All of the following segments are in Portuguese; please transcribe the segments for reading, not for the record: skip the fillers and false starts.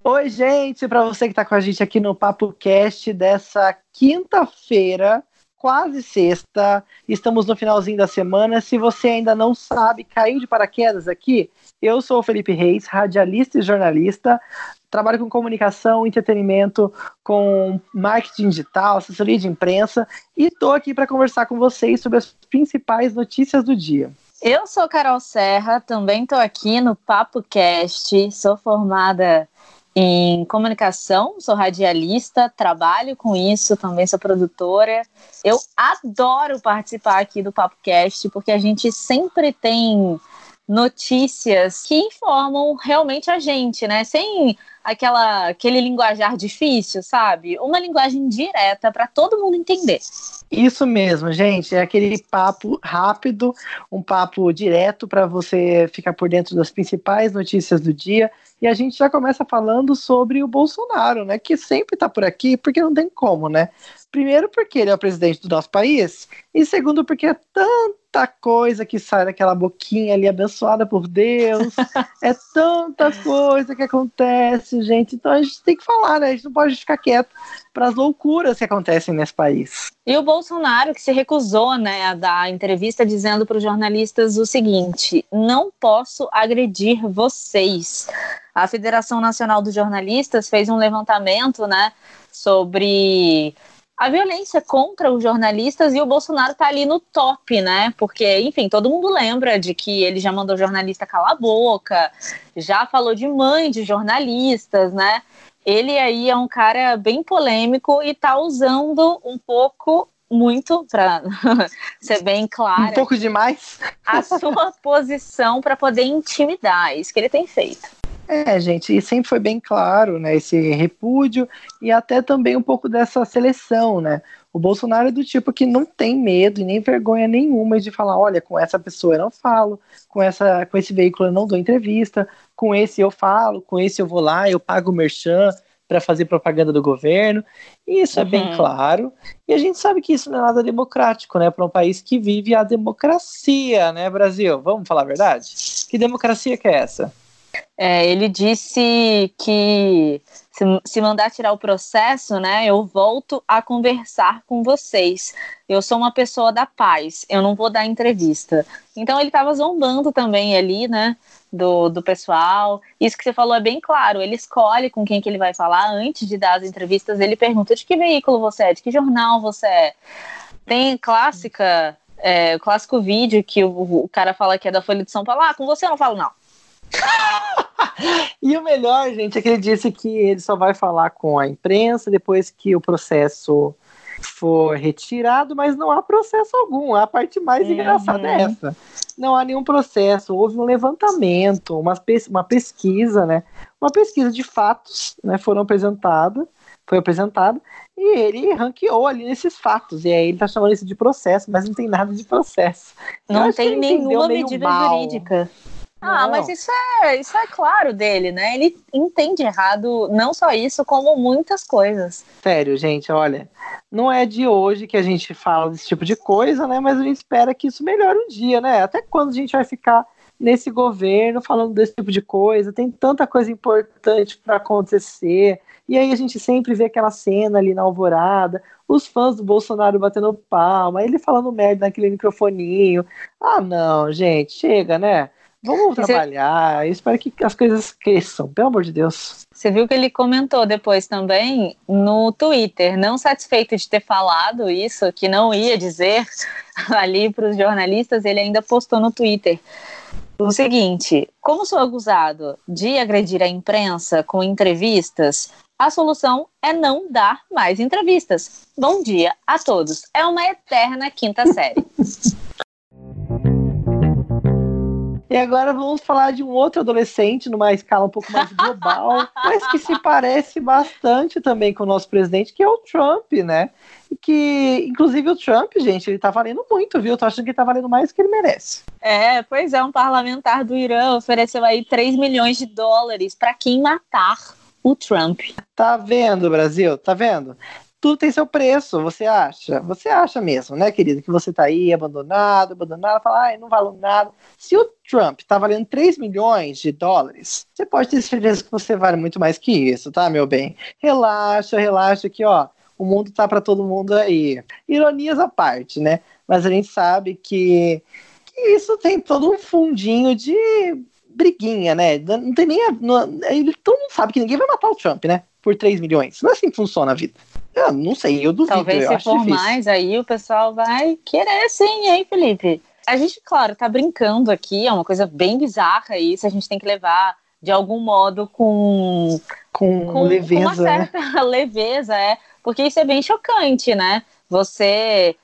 Oi, gente, para você que está com a gente aqui no Papo Cast dessa quinta-feira, quase sexta, estamos no finalzinho da semana. Se você ainda não sabe, caiu de paraquedas aqui, eu sou o Felipe Reis, radialista e jornalista, trabalho com comunicação, entretenimento, com marketing digital, assessoria de imprensa, e estou aqui para conversar com vocês sobre as principais notícias do dia. Eu sou Carol Serra, também estou aqui no Papo Cast, sou formada em comunicação, sou radialista, trabalho com isso, também sou produtora. Eu adoro participar aqui do Papo Cast, porque a gente sempre tem notícias que informam realmente a gente, né? Sem aquele linguajar difícil, sabe? Uma linguagem direta para todo mundo entender. Isso mesmo, gente, é aquele papo rápido, um papo direto para você ficar por dentro das principais notícias do dia. E a gente já começa falando sobre o Bolsonaro, né? Que sempre está por aqui, porque não tem como, né? Primeiro, porque ele é o presidente do nosso país, e segundo, porque é tanta coisa que sai daquela boquinha ali abençoada por Deus, é tanta coisa que acontece, gente. Então a gente tem que falar, né? A gente não pode ficar quieto para as loucuras que acontecem nesse país. E o Bolsonaro, que se recusou, né, a dar entrevista dizendo para os jornalistas o seguinte: não posso agredir vocês. A Federação Nacional dos Jornalistas fez um levantamento, né, sobre a violência contra os jornalistas, e o Bolsonaro está ali no top, né? Porque, enfim, todo mundo lembra de que ele já mandou jornalista calar a boca, já falou de mãe de jornalistas, né? Ele aí é um cara bem polêmico e está usando um pouco, muito, para ser bem claro, um pouco demais, a sua posição para poder intimidar. É isso que ele tem feito. Gente, e sempre foi bem claro, né, esse repúdio e até também um pouco dessa seleção, né? O Bolsonaro é do tipo que não tem medo e nem vergonha nenhuma de falar, olha, com essa pessoa eu não falo, com esse veículo eu não dou entrevista, com esse eu falo, com esse eu vou lá, eu pago o merchan para fazer propaganda do governo. E isso é bem claro. E a gente sabe que isso não é nada democrático, né? Para um país que vive a democracia, né, Brasil? Vamos falar a verdade? Que democracia que é essa? Ele disse que se mandar tirar o processo, né, eu volto a conversar com vocês. Eu sou uma pessoa da paz, eu não vou dar entrevista. Então ele estava zombando também ali, né, do pessoal. Isso que você falou é bem claro, ele escolhe com quem que ele vai falar. Antes de dar as entrevistas, ele pergunta de que veículo você é, de que jornal você é. Tem o clássico vídeo que o cara fala que é da Folha de São Paulo. Com você eu não falo não. E o melhor, gente, é que ele disse que ele só vai falar com a imprensa depois que o processo for retirado, mas não há processo algum. A parte mais engraçada é essa. Não há nenhum processo. Houve um levantamento, uma pesquisa, né? Uma pesquisa de fatos, né? Foi apresentada, e ele ranqueou ali nesses fatos. E aí ele tá chamando isso de processo, mas não tem nada de processo. Não tem nenhuma medida jurídica. Mas isso é claro dele, né? Ele entende errado, não só isso, como muitas coisas. Sério, gente, olha, não é de hoje que a gente fala desse tipo de coisa, né? Mas a gente espera que isso melhore um dia, né? Até quando a gente vai ficar nesse governo falando desse tipo de coisa? Tem tanta coisa importante para acontecer. E aí a gente sempre vê aquela cena ali na Alvorada, os fãs do Bolsonaro batendo palma, ele falando merda naquele microfoninho. Não, gente, chega, né? Vamos trabalhar, eu espero que as coisas cresçam, pelo amor de Deus. Você viu que ele comentou depois também no Twitter, não satisfeito de ter falado isso, que não ia dizer ali para os jornalistas, ele ainda postou no Twitter o seguinte: como sou acusado de agredir a imprensa com entrevistas, a solução é não dar mais entrevistas. Bom dia a todos. É uma eterna quinta série. E agora vamos falar de um outro adolescente numa escala um pouco mais global, mas que se parece bastante também com o nosso presidente, que é o Trump, né? Que, inclusive, o Trump, gente, ele tá valendo muito, viu? Eu tô achando que ele tá valendo mais do que ele merece. Pois é, um parlamentar do Irã ofereceu aí $3 milhões para quem matar o Trump. Tá vendo, Brasil? Tá vendo? tudo tem seu preço, você acha? Você acha mesmo, né, querido? Que você tá aí abandonado, fala, ai, não vale nada. Se o Trump tá valendo 3 milhões de dólares, você pode ter certeza que você vale muito mais que isso, tá, meu bem? Relaxa que, ó, o mundo tá pra todo mundo aí. Ironias à parte, né? Mas a gente sabe que isso tem todo um fundinho de briguinha, né? Não tem nem. Todo mundo sabe que ninguém vai matar o Trump, né? Por 3 milhões. Não é assim que funciona a vida. Eu não sei, eu duvido. Talvez se for difícil. Mais, aí o pessoal vai querer sim, hein, Felipe? A gente, claro, tá brincando aqui, é uma coisa bem bizarra isso, a gente tem que levar de algum modo com leveza, com uma certa leveza, porque isso é bem chocante, né? Você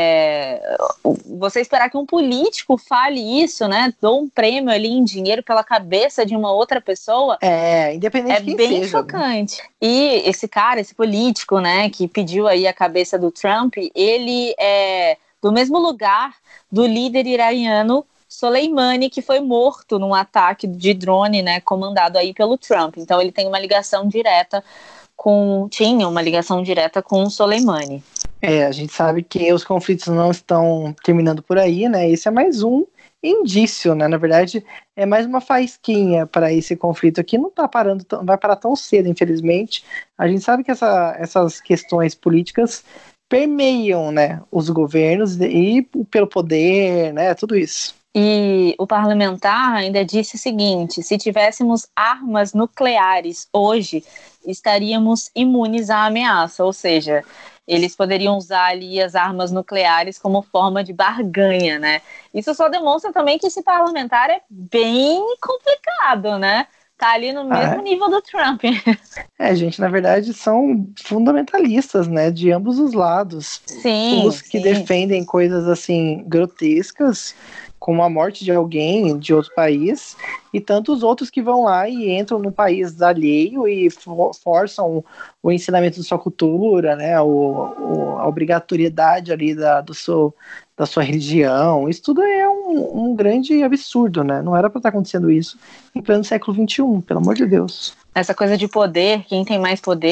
esperar que um político fale isso, né? Dou um prêmio ali em dinheiro pela cabeça de uma outra pessoa. Independente de quem bem seja, chocante. Né? E esse cara, esse político, né, que pediu aí a cabeça do Trump, ele é do mesmo lugar do líder iraniano Soleimani, que foi morto num ataque de drone, né, comandado aí pelo Trump. Então ele tem uma ligação direta tinha uma ligação direta com o Soleimani. A gente sabe que os conflitos não estão terminando por aí, né? Esse é mais um indício, né? Na verdade, é mais uma faísquinha para esse conflito aqui. Não vai parar tão cedo, infelizmente. A gente sabe que essas questões políticas permeiam, né, os governos e pelo poder, né? Tudo isso. E o parlamentar ainda disse o seguinte: se tivéssemos armas nucleares hoje, estaríamos imunes à ameaça, ou seja, eles poderiam usar ali as armas nucleares como forma de barganha, né? Isso só demonstra também que esse parlamentar é bem complicado, né? Tá ali no mesmo nível do Trump. Gente, na verdade são fundamentalistas, né? De ambos os lados. Sim. Os que defendem coisas assim grotescas, como a morte de alguém de outro país, e tantos outros que vão lá e entram no país alheio e forçam o ensinamento da sua cultura, né, a obrigatoriedade ali da sua religião. Isso tudo é um grande absurdo, né? Não era para estar acontecendo isso em pleno século XXI, pelo amor de Deus. Essa coisa de poder, quem tem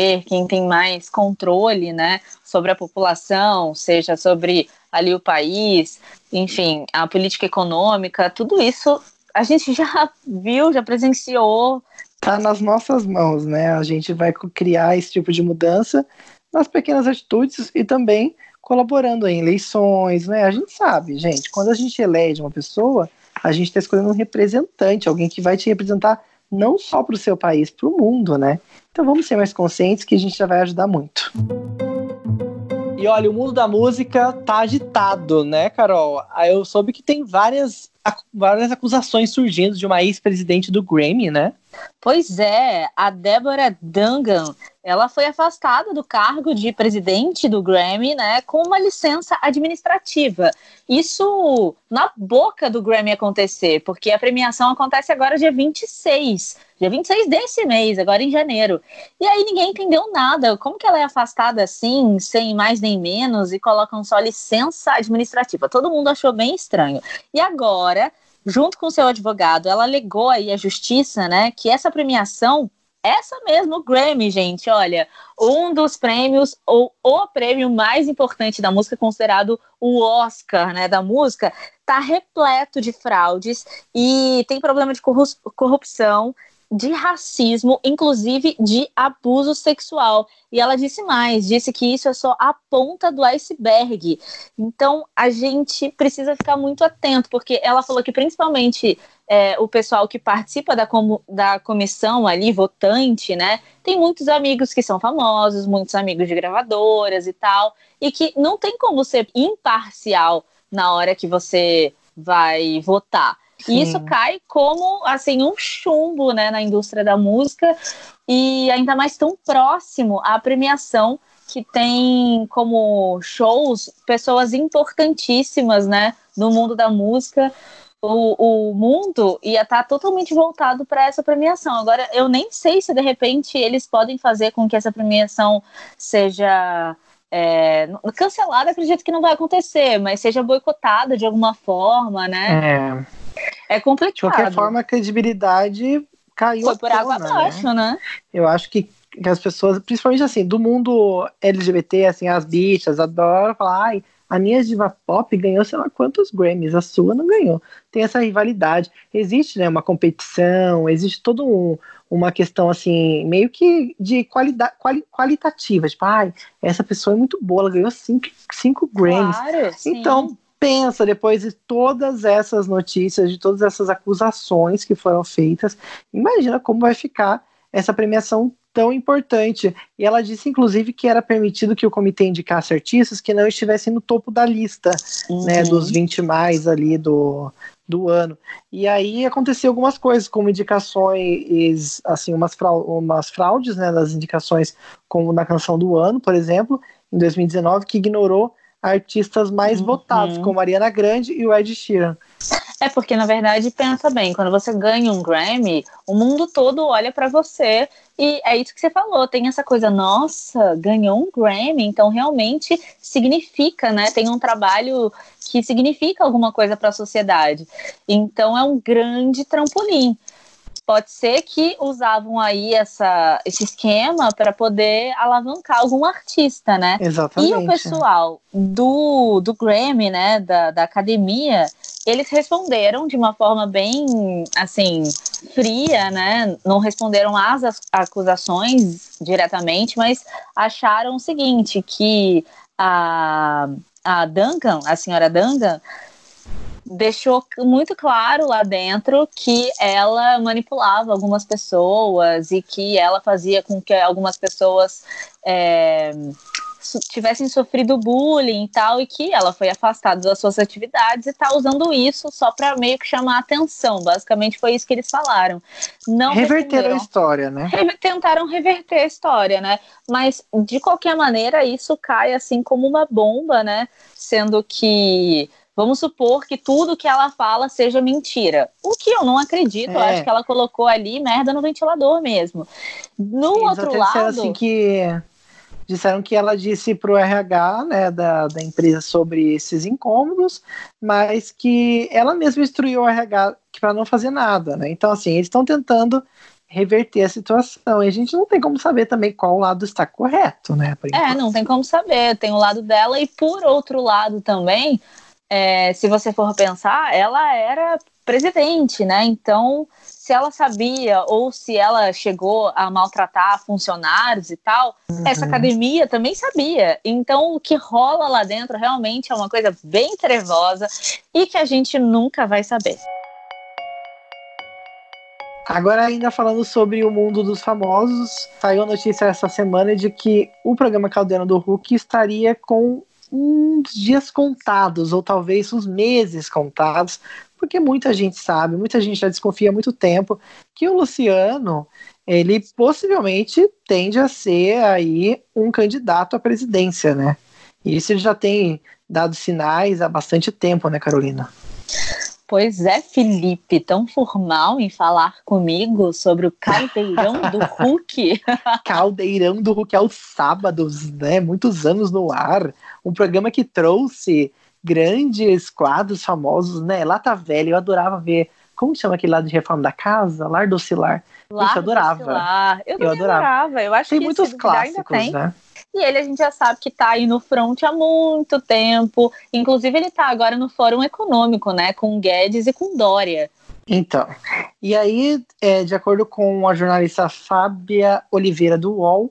mais controle, né, sobre a população, seja sobre ali o país, enfim, a política econômica, tudo isso a gente já viu, já presenciou. Tá nas nossas mãos, né? A gente vai criar esse tipo de mudança nas pequenas atitudes e também colaborando em eleições, né? A gente sabe, gente, quando a gente elege uma pessoa, a gente está escolhendo um representante, alguém que vai te representar não só para o seu país, para o mundo, né? Então vamos ser mais conscientes que a gente já vai ajudar muito. E olha, o mundo da música tá agitado, né, Carol? Aí eu soube que tem várias acusações surgindo de uma ex-presidente do Grammy, né? Pois é, a Deborah Duncan, ela foi afastada do cargo de presidente do Grammy, né, com uma licença administrativa. Isso na boca do Grammy acontecer, porque a premiação acontece agora dia 26 desse mês, agora em janeiro. E aí ninguém entendeu nada, como que ela é afastada assim, sem mais nem menos, e colocam só licença administrativa? Todo mundo achou bem estranho. E agora, junto com seu advogado, ela alegou aí à justiça, né, que essa premiação, essa mesmo, o Grammy, gente, olha, um dos prêmios, ou o prêmio mais importante da música, considerado o Oscar, né, da música, tá repleto de fraudes e tem problema de corrupção, de racismo, inclusive de abuso sexual. E ela disse que isso é só a ponta do iceberg. Então, a gente precisa ficar muito atento, porque ela falou que principalmente o pessoal que participa da comissão ali, votante, né, tem muitos amigos que são famosos, muitos amigos de gravadoras e tal, e que não tem como ser imparcial na hora que você vai votar. Sim. E isso cai como, assim, um chumbo, né, na indústria da música, e ainda mais tão próximo à premiação, que tem como shows pessoas importantíssimas, né, no mundo da música. O mundo ia estar totalmente voltado para essa premiação. Agora, eu nem sei se, de repente, eles podem fazer com que essa premiação seja... cancelada, acredito que não vai acontecer, mas seja boicotada de alguma forma, né? É complicado. De qualquer forma, a credibilidade caiu. Foi por água abaixo, né? Eu acho que que as pessoas, principalmente assim, do mundo LGBT, assim, as bichas adoram falar, ai, a minha diva pop ganhou sei lá quantos Grammys, a sua não ganhou. Tem essa rivalidade. Existe, né, uma competição, existe uma questão, assim, meio que de qualidade, qualitativa. Tipo, ai, essa pessoa é muito boa, ela ganhou cinco Grammys. Claro, sim. Então, pensa, depois de todas essas notícias, de todas essas acusações que foram feitas, imagina como vai ficar essa premiação tão importante. E ela disse, inclusive, que era permitido que o comitê indicasse artistas que não estivessem no topo da lista, né, dos 20 mais ali do ano. E aí aconteceu algumas coisas, como indicações, assim, umas fraudes, né, das indicações, como na canção do ano, por exemplo, em 2019, que ignorou artistas mais votados, como a Ariana Grande e o Ed Sheeran. É porque, na verdade, pensa bem, quando você ganha um Grammy, o mundo todo olha pra você e é isso que você falou, tem essa coisa, nossa, ganhou um Grammy, então realmente significa, né, tem um trabalho que significa alguma coisa para a sociedade. Então é um grande trampolim. Pode ser que usavam aí esse esquema para poder alavancar algum artista, né? Exatamente. E o pessoal do Grammy, né, da academia, eles responderam de uma forma bem, assim, fria, né? Não responderam às acusações diretamente, mas acharam o seguinte, que a Duncan, a senhora Duncan, deixou muito claro lá dentro que ela manipulava algumas pessoas e que ela fazia com que algumas pessoas tivessem sofrido bullying e tal, e que ela foi afastada das suas atividades e tá usando isso só para meio que chamar a atenção. Basicamente foi isso que eles falaram. Não reverteram a história, né? Tentaram reverter a história, né? Mas, de qualquer maneira, isso cai assim como uma bomba, né? Sendo que... Vamos supor que tudo que ela fala seja mentira. O que eu não acredito. Eu acho que ela colocou ali merda no ventilador mesmo. No outro lado... Assim, disseram que ela disse pro RH, né, da empresa sobre esses incômodos, mas que ela mesma instruiu o RH para não fazer nada, né? Então, assim, eles estão tentando reverter a situação. E a gente não tem como saber também qual lado está correto, né? Não tem como saber. Tem o lado dela e, por outro lado, também... se você for pensar, ela era presidente, né? Então, se ela sabia ou se ela chegou a maltratar funcionários e tal, essa academia também sabia. Então, o que rola lá dentro realmente é uma coisa bem trevosa e que a gente nunca vai saber. Agora, ainda falando sobre o mundo dos famosos, saiu a notícia essa semana de que o programa Caldeirão do Hulk estaria com uns dias contados, ou talvez uns meses contados, porque muita gente sabe, muita gente já desconfia há muito tempo que o Luciano, ele possivelmente tende a ser aí um candidato à presidência, né? E isso ele já tem dado sinais há bastante tempo, né, Carolina? Pois é, Felipe, tão formal em falar comigo sobre o Caldeirão do Hulk. Caldeirão do Hulk aos sábados, né? Muitos anos no ar. Um programa que trouxe grandes quadros famosos, né? Lata Velha, eu adorava ver. Como chama aquele lado de reforma da casa? Lar Docilar. Gente, eu adorava. Eu adorava. Eu acho tem que muitos clássicos, né? E ele a gente já sabe que tá aí no front há muito tempo. Inclusive ele tá agora no Fórum Econômico, né? Com Guedes e com Dória. Então, e aí, de acordo com a jornalista Fábia Oliveira do UOL,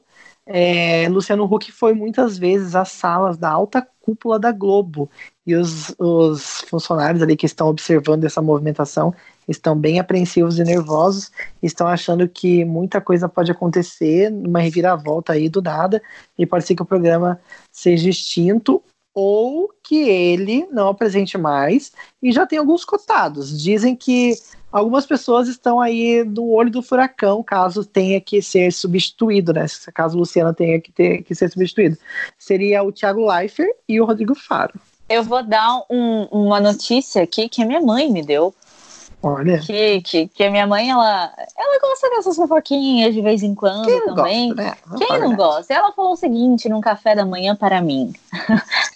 Luciano Huck foi muitas vezes às salas da alta cúpula da Globo, e os funcionários ali que estão observando essa movimentação estão bem apreensivos e nervosos, estão achando que muita coisa pode acontecer, uma reviravolta aí do nada, e pode ser que o programa seja extinto, ou que ele não apresente mais, e já tem alguns cotados. Dizem que algumas pessoas estão aí no olho do furacão, caso tenha que ser substituído, né? Caso o Luciano tenha que ser substituído. Seria o Thiago Leifert e o Rodrigo Faro. Eu vou dar uma notícia aqui que a minha mãe me deu. Olha. Que a minha mãe, ela gosta dessas fofoquinhas de vez em quando. Quem também. Gosta, né? Quem não gosta? Ela falou o seguinte num café da manhã para mim.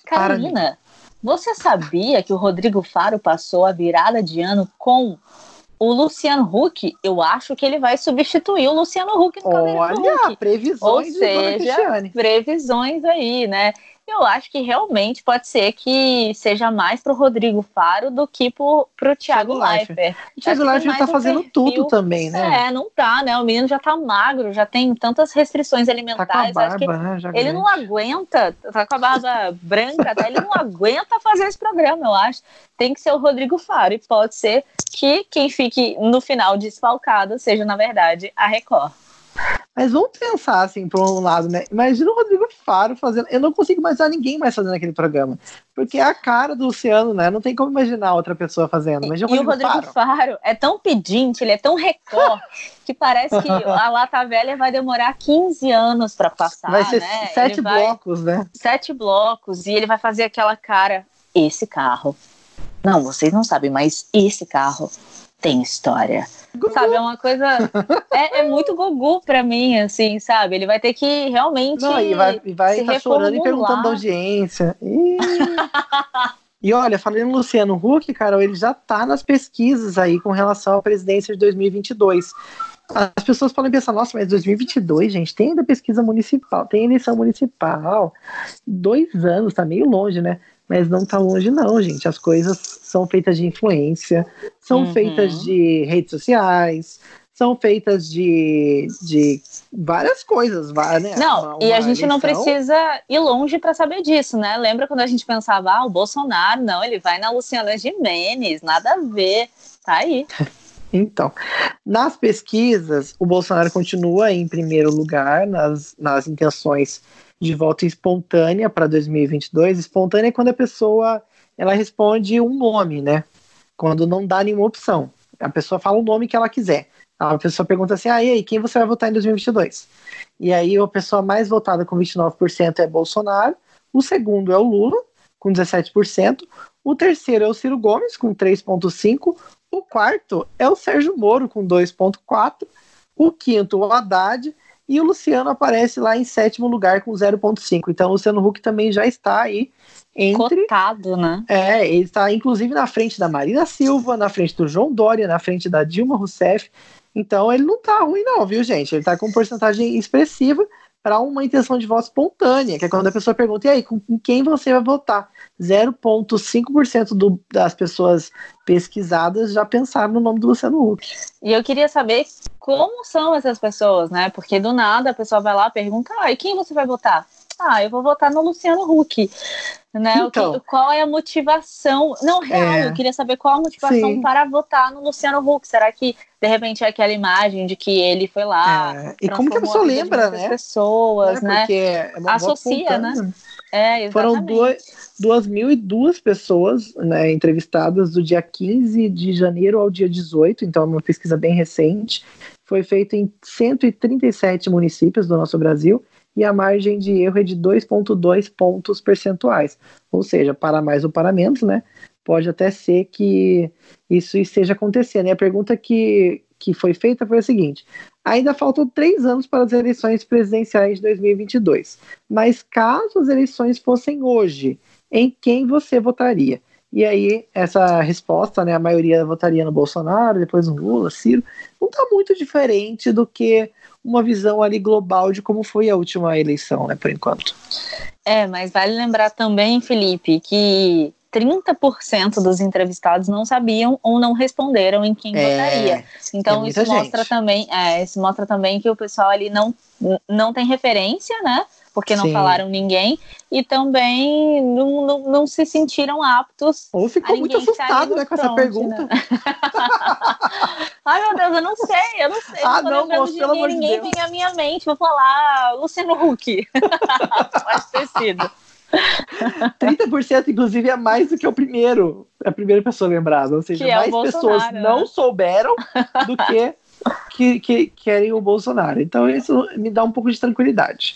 Carolina, você sabia que o Rodrigo Faro passou a virada de ano com o Luciano Huck, eu acho que ele vai substituir o Luciano Huck no Caldeirão do Huck. Olha, previsões de Dona Cristiane. Previsões aí, né? Eu acho que realmente pode ser que seja mais pro Rodrigo Faro do que pro Thiago Leifert. O Thiago Leifert tá fazendo tudo também, né? Não tá, né? O menino já tá magro, já tem tantas restrições alimentares. Tá com a barba, acho que né? Já ele grande. não aguenta, tá com a barba branca, tá? Ele não aguenta fazer esse programa, eu acho. Tem que ser o Rodrigo Faro, e pode ser que quem fique no final desfalcado seja, na verdade, a Record. Mas vamos pensar assim, por um lado, né? Imagina o Rodrigo Faro fazendo. Eu não consigo imaginar ninguém mais fazendo aquele programa. Porque é a cara do Luciano, né? Não tem como imaginar outra pessoa fazendo. Mas e o Rodrigo Faro é tão pedinte, ele é tão Record, que parece que a Lata Velha vai demorar 15 anos para passar. Vai ser, né? 7 blocos, né? 7 blocos, e ele vai fazer aquela cara. Esse carro. Não, vocês não sabem, mas esse carro tem história. Gugu. Sabe, é uma coisa... É muito Gugu pra mim, assim, sabe? Ele vai ter que realmente e vai estar chorando e perguntando da audiência. E olha, falando no Luciano Huck, Carol, ele já tá nas pesquisas aí com relação à presidência de 2022. As pessoas podem pensar, nossa, mas 2022, gente, tem ainda pesquisa municipal, tem eleição municipal. 2 anos, tá meio longe, né? Mas não tá longe não, gente. As coisas são feitas de influência, são feitas de redes sociais, são feitas de várias coisas, né? Não, e a gente não precisa ir longe para saber disso, né? Lembra quando a gente pensava, o Bolsonaro, não, ele vai na Luciana Gimenez, nada a ver, tá aí. Então, nas pesquisas, o Bolsonaro continua em primeiro lugar nas intenções de voto espontânea para 2022. Espontânea é quando a pessoa ela responde um nome, né? Quando não dá nenhuma opção. A pessoa fala o nome que ela quiser. A pessoa pergunta assim, e aí, quem você vai votar em 2022? E aí a pessoa mais votada com 29% é Bolsonaro, o segundo é o Lula, com 17%, o terceiro é o Ciro Gomes, com 3,5%, o quarto é o Sérgio Moro, com 2,4%, o quinto o Haddad, e o Luciano aparece lá em 7º lugar com 0,5%. Então o Luciano Huck também já está aí entre... Cotado, né? Ele está inclusive na frente da Marina Silva, na frente do João Dória, na frente da Dilma Rousseff. Então ele não tá ruim não, viu, gente? Ele tá com porcentagem expressiva para uma intenção de voto espontânea, que é quando a pessoa pergunta, e aí, com quem você vai votar? 0,5% das pessoas pesquisadas já pensaram no nome do Luciano Huck. E eu queria saber como são essas pessoas, né? Porque do nada a pessoa vai lá e pergunta, e quem você vai votar? Eu vou votar no Luciano Huck. Né? Então, qual é a motivação? Não, real, eu queria saber qual a motivação para votar no Luciano Huck. Será que, de repente, é aquela imagem de que ele foi lá... E como que a pessoa lembra, né? Pessoas, né? Porque associa, né? Foram 2.002 pessoas, né, entrevistadas do dia 15 de janeiro ao dia 18, então é uma pesquisa bem recente. Foi feita em 137 municípios do nosso Brasil, e a margem de erro é de 2,2 pontos percentuais. Ou seja, para mais ou para menos, né? Pode até ser que isso esteja acontecendo. E a pergunta que foi feita foi a seguinte: ainda faltam 3 anos para as eleições presidenciais de 2022, mas caso as eleições fossem hoje, em quem você votaria? E aí, essa resposta, né, a maioria votaria no Bolsonaro, depois no Lula, Ciro, não está muito diferente do que uma visão ali global de como foi a última eleição, né, por enquanto. Mas vale lembrar também, Felipe, que 30% dos entrevistados não sabiam ou não responderam em quem votaria. Então isso mostra também que o pessoal ali não tem referência, né? Porque não falaram ninguém, e também não se sentiram aptos. Ou ficou muito assustado, né, com essa pergunta. Né? Ai, meu Deus, eu não sei. Não, moço, pelo amor de Deus. Ninguém vem à minha mente. Vou falar Luciano Huck. Pode ter sido. 30%, inclusive, é mais do que a primeira pessoa lembrada. Ou seja, mais pessoas não souberam do que querem o Bolsonaro. Então isso me dá um pouco de tranquilidade.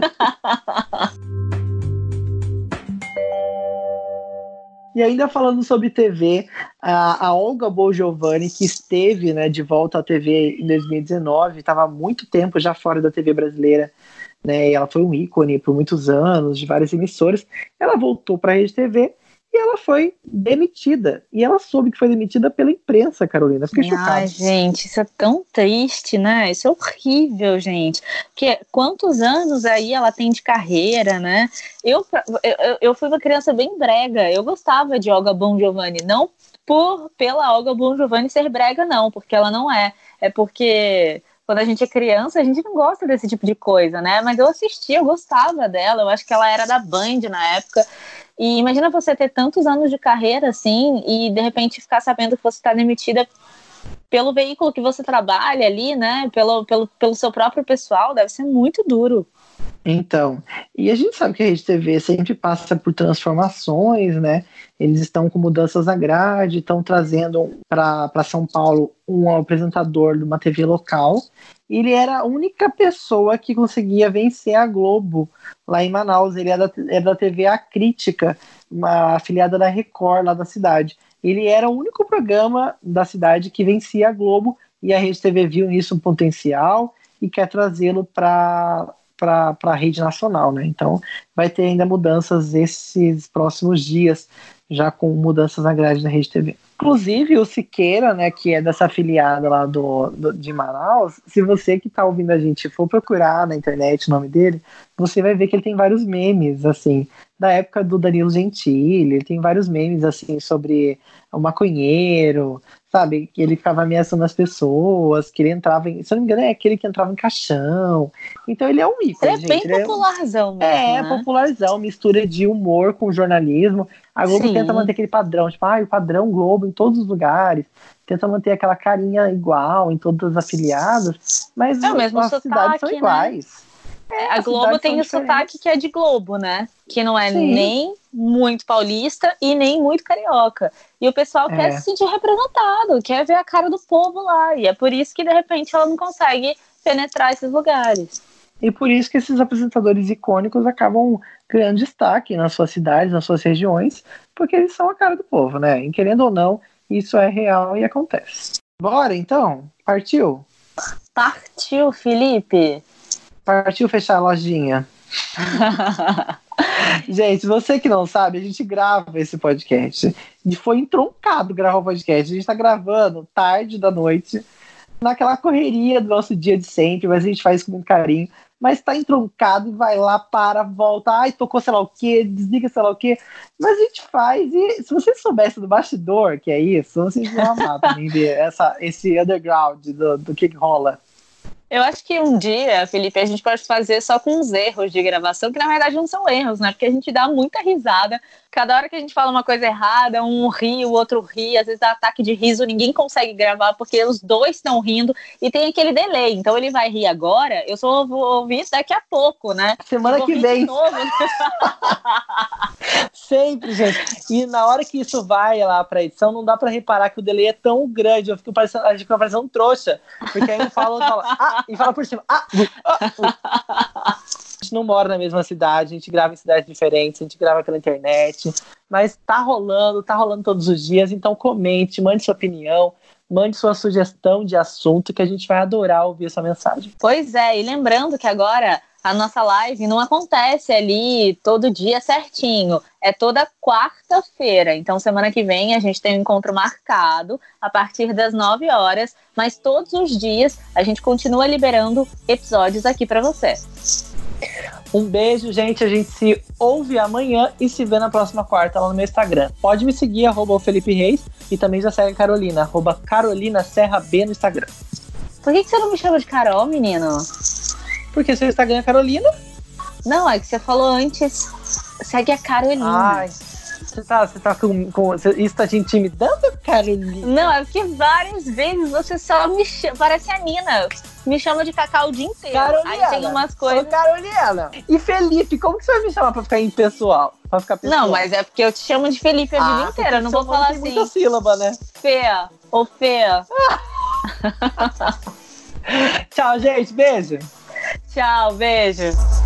E ainda falando sobre TV, a Olga Bol-Giovanni, que esteve, né, de volta à TV em 2019, estava há muito tempo já fora da TV brasileira, né, e ela foi um ícone por muitos anos, de várias emissoras. Ela voltou para a Rede TV e ela foi demitida. E ela soube que foi demitida pela imprensa, Carolina. Fiquei chocado. Ai, gente, isso é tão triste, né? Isso é horrível, gente. Porque quantos anos aí ela tem de carreira, né? Eu fui uma criança bem brega. Eu gostava de Olga Bon Giovanni. Não pela Olga Bon Giovanni ser brega, não. Porque ela não é. É porque... Quando a gente é criança, a gente não gosta desse tipo de coisa, né? Mas eu assistia, eu gostava dela. Eu acho que ela era da Band na época. E imagina você ter tantos anos de carreira, assim, e de repente ficar sabendo que você está demitida pelo veículo que você trabalha ali, né? Pelo seu próprio pessoal. Deve ser muito duro. Então, e a gente sabe que a Rede TV sempre passa por transformações, né? Eles estão com mudanças na grade, estão trazendo para São Paulo um apresentador de uma TV local. Ele era a única pessoa que conseguia vencer a Globo lá em Manaus. Ele era da TV A Crítica, uma afiliada da Record lá da cidade. Ele era o único programa da cidade que vencia a Globo, e a Rede TV viu nisso um potencial e quer trazê-lo para a rede nacional, né? Então vai ter ainda mudanças esses próximos dias, já com mudanças na grade da Rede TV. Inclusive o Siqueira, né, que é dessa afiliada lá de Manaus, se você que está ouvindo a gente for procurar na internet o nome dele, você vai ver que ele tem vários memes, assim, da época do Danilo Gentili. Ele tem vários memes, assim, sobre o maconheiro, sabe, que ele ficava ameaçando as pessoas, que ele entrava em, se eu não me engano é aquele que entrava em caixão. Então ele é um ícone, Ele é bem popularzão mesmo, né? Popularzão, mistura de humor com jornalismo. A Globo tenta manter aquele padrão, tipo, o padrão Globo em todos os lugares, tenta manter aquela carinha igual em todas as afiliadas, mas é o mesmo as sotaque, cidades são iguais. Né? A Globo tem o sotaque que é de Globo, né? Que não é nem muito paulista e nem muito carioca. E o pessoal quer se sentir representado, quer ver a cara do povo lá. E é por isso que, de repente, ela não consegue penetrar esses lugares. E por isso que esses apresentadores icônicos acabam ganhando destaque nas suas cidades, nas suas regiões, porque eles são a cara do povo, né? E querendo ou não, isso é real e acontece. Bora, então? Partiu? Partiu, Felipe! Partiu fechar a lojinha. Gente, você que não sabe, a gente grava esse podcast. E foi entroncado gravar o podcast. A gente tá gravando tarde da noite, naquela correria do nosso dia de sempre, mas a gente faz com muito carinho. Mas tá entroncado e vai lá, volta. Ai, tocou sei lá o quê, desliga sei lá o quê. Mas a gente faz. E se vocês soubessem do bastidor, que é isso, vocês vão amar também ver esse underground do que rola. Eu acho que um dia, Felipe, a gente pode fazer só com uns erros de gravação, que na verdade não são erros, né? Porque a gente dá muita risada. Cada hora que a gente fala uma coisa errada, um ri, o outro ri, às vezes dá ataque de riso, ninguém consegue gravar porque os dois estão rindo e tem aquele delay. Então ele vai rir agora, eu só vou ouvir isso daqui a pouco, né? Semana que vem. Sempre, gente. E na hora que isso vai lá pra edição, não dá pra reparar que o delay é tão grande. A gente fica parecendo um trouxa. Porque aí um fala, e fala por cima. A gente não mora na mesma cidade, a gente grava em cidades diferentes, a gente grava pela internet, mas tá rolando todos os dias, então comente, mande sua opinião, mande sua sugestão de assunto, que a gente vai adorar ouvir sua mensagem. Pois é, e lembrando que agora a nossa live não acontece ali todo dia certinho, é toda quarta-feira, então semana que vem a gente tem um encontro marcado a partir das 9 horas, mas todos os dias a gente continua liberando episódios aqui para você. Um beijo, gente. A gente se ouve amanhã e se vê na próxima quarta lá no meu Instagram. Pode me seguir, @FelipeReis, e também já segue a Carolina, @CarolinaSerraB no Instagram. Por que você não me chama de Carol, menino? Porque seu Instagram é Carolina? Não, é que você falou antes. Segue a Carolina. Ai, você tá com isso tá te intimidando, Carolina? Não, é porque várias vezes você só me chama. Parece a Nina. Me chama de Cacau o dia inteiro. Carolina. Aí tem umas coisas. Ô, Carolina. E Felipe, como que você vai me chamar pra ficar impessoal? Pra ficar pessoal? Não, mas é porque eu te chamo de Felipe a vida inteira. Eu não vou falar assim. Muita sílaba, né? Fê, ô Fê. Tchau, gente. Beijo. Tchau, beijo.